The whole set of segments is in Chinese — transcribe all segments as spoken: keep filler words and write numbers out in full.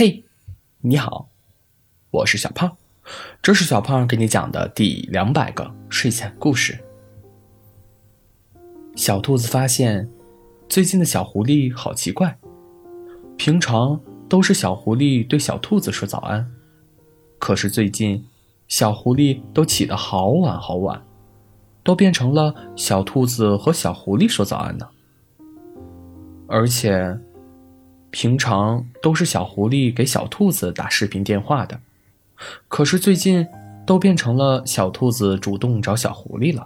嘿，你好，我是小胖，这是小胖给你讲的第两百个睡前故事。小兔子发现，最近的小狐狸好奇怪，平常都是小狐狸对小兔子说早安，可是最近小狐狸都起得好晚好晚，都变成了小兔子和小狐狸说早安呢。而且平常都是小狐狸给小兔子打视频电话的，可是最近都变成了小兔子主动找小狐狸了。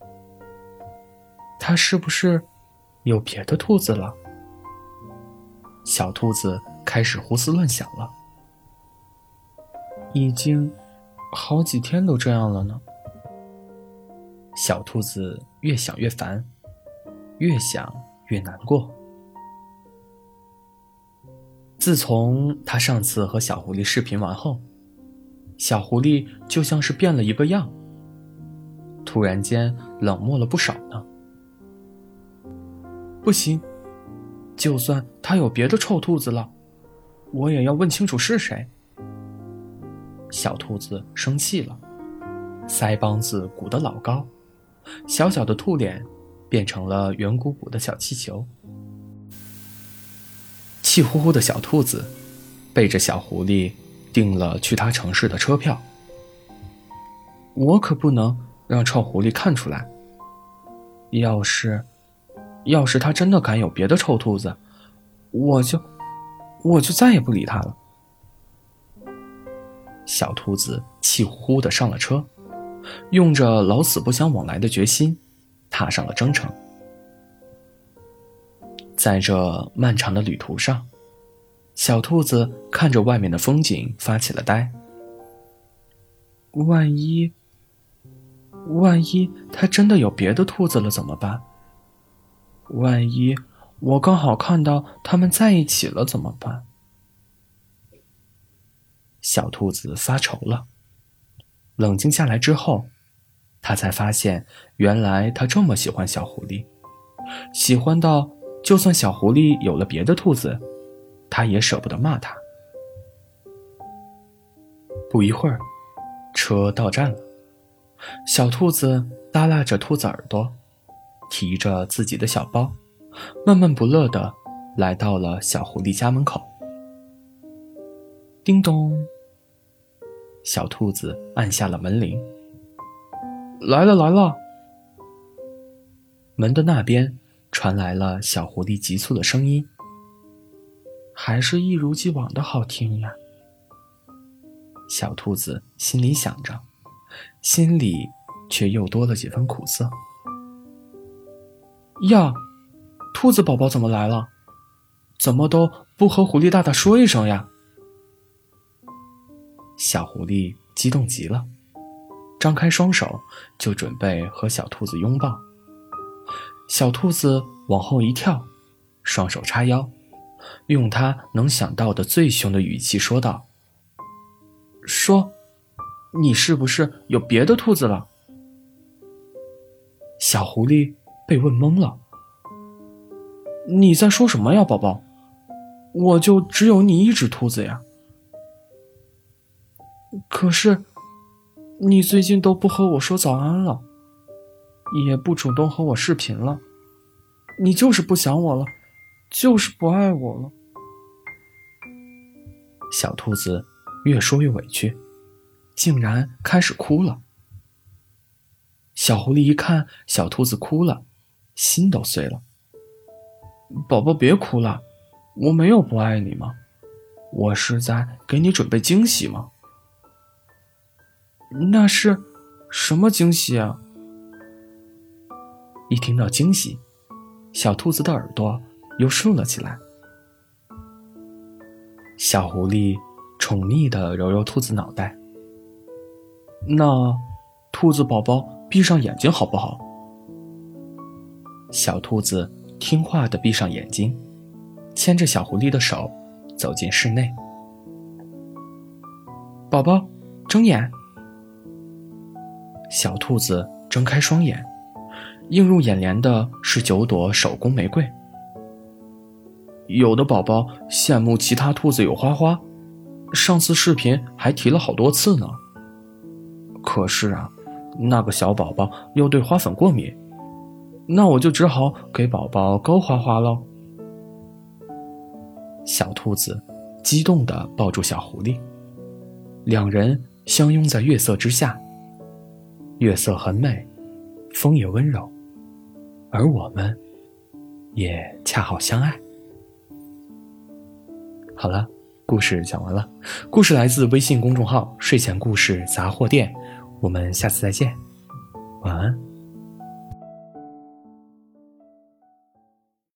它是不是有别的兔子了？小兔子开始胡思乱想了。已经好几天都这样了呢。小兔子越想越烦，越想越难过。自从他上次和小狐狸视频完后，小狐狸就像是变了一个样，突然间冷漠了不少呢。不行，就算他有别的臭兔子了，我也要问清楚是谁。小兔子生气了，腮帮子鼓得老高，小小的兔脸变成了圆鼓鼓的小气球。气呼呼的小兔子背着小狐狸订了去他城市的车票。我可不能让臭狐狸看出来，要是要是他真的敢有别的臭兔子，我就我就再也不理他了。小兔子气呼呼地上了车，用着老死不相往来的决心踏上了征程。在这漫长的旅途上，小兔子看着外面的风景发起了呆。万一万一它真的有别的兔子了怎么办？万一我刚好看到它们在一起了怎么办？小兔子发愁了。冷静下来之后，它才发现原来它这么喜欢小狐狸，喜欢到就算小狐狸有了别的兔子，他也舍不得骂他。不一会儿，车到站了，小兔子耷拉着兔子耳朵，提着自己的小包，闷闷不乐地来到了小狐狸家门口。叮咚，小兔子按下了门铃。来了来了。门的那边传来了小狐狸急促的声音，还是一如既往的好听呀。小兔子心里想着，心里却又多了几分苦涩。呀，兔子宝宝怎么来了？怎么都不和狐狸大大说一声呀？小狐狸激动极了，张开双手就准备和小兔子拥抱。小兔子往后一跳，双手叉腰，用他能想到的最凶的语气说道：说，你是不是有别的兔子了？小狐狸被问懵了。你在说什么呀，宝宝？我就只有你一只兔子呀。可是你最近都不和我说早安了，也不主动和我视频了，你就是不想我了，就是不爱我了。小兔子越说越委屈，竟然开始哭了。小狐狸一看小兔子哭了，心都碎了。宝宝别哭了，我没有不爱你吗？我是在给你准备惊喜吗？那是什么惊喜啊？一听到惊喜，小兔子的耳朵又竖了起来。小狐狸宠溺地揉揉兔子脑袋。那兔子宝宝闭上眼睛好不好？小兔子听话地闭上眼睛，牵着小狐狸的手走进室内。宝宝，睁眼。小兔子睁开双眼，映入眼帘的是九朵手工玫瑰。有的宝宝羡慕其他兔子有花花， 上次视频还提了好多次呢。可是啊，那个小宝宝又对花粉过敏，那我就只好给宝宝膏花花喽。小兔子激动地抱住小狐狸，两人相拥在月色之下。月色很美，风也温柔，而我们也恰好相爱。好了，故事讲完了。故事来自微信公众号睡前故事杂货店，我们下次再见，晚安。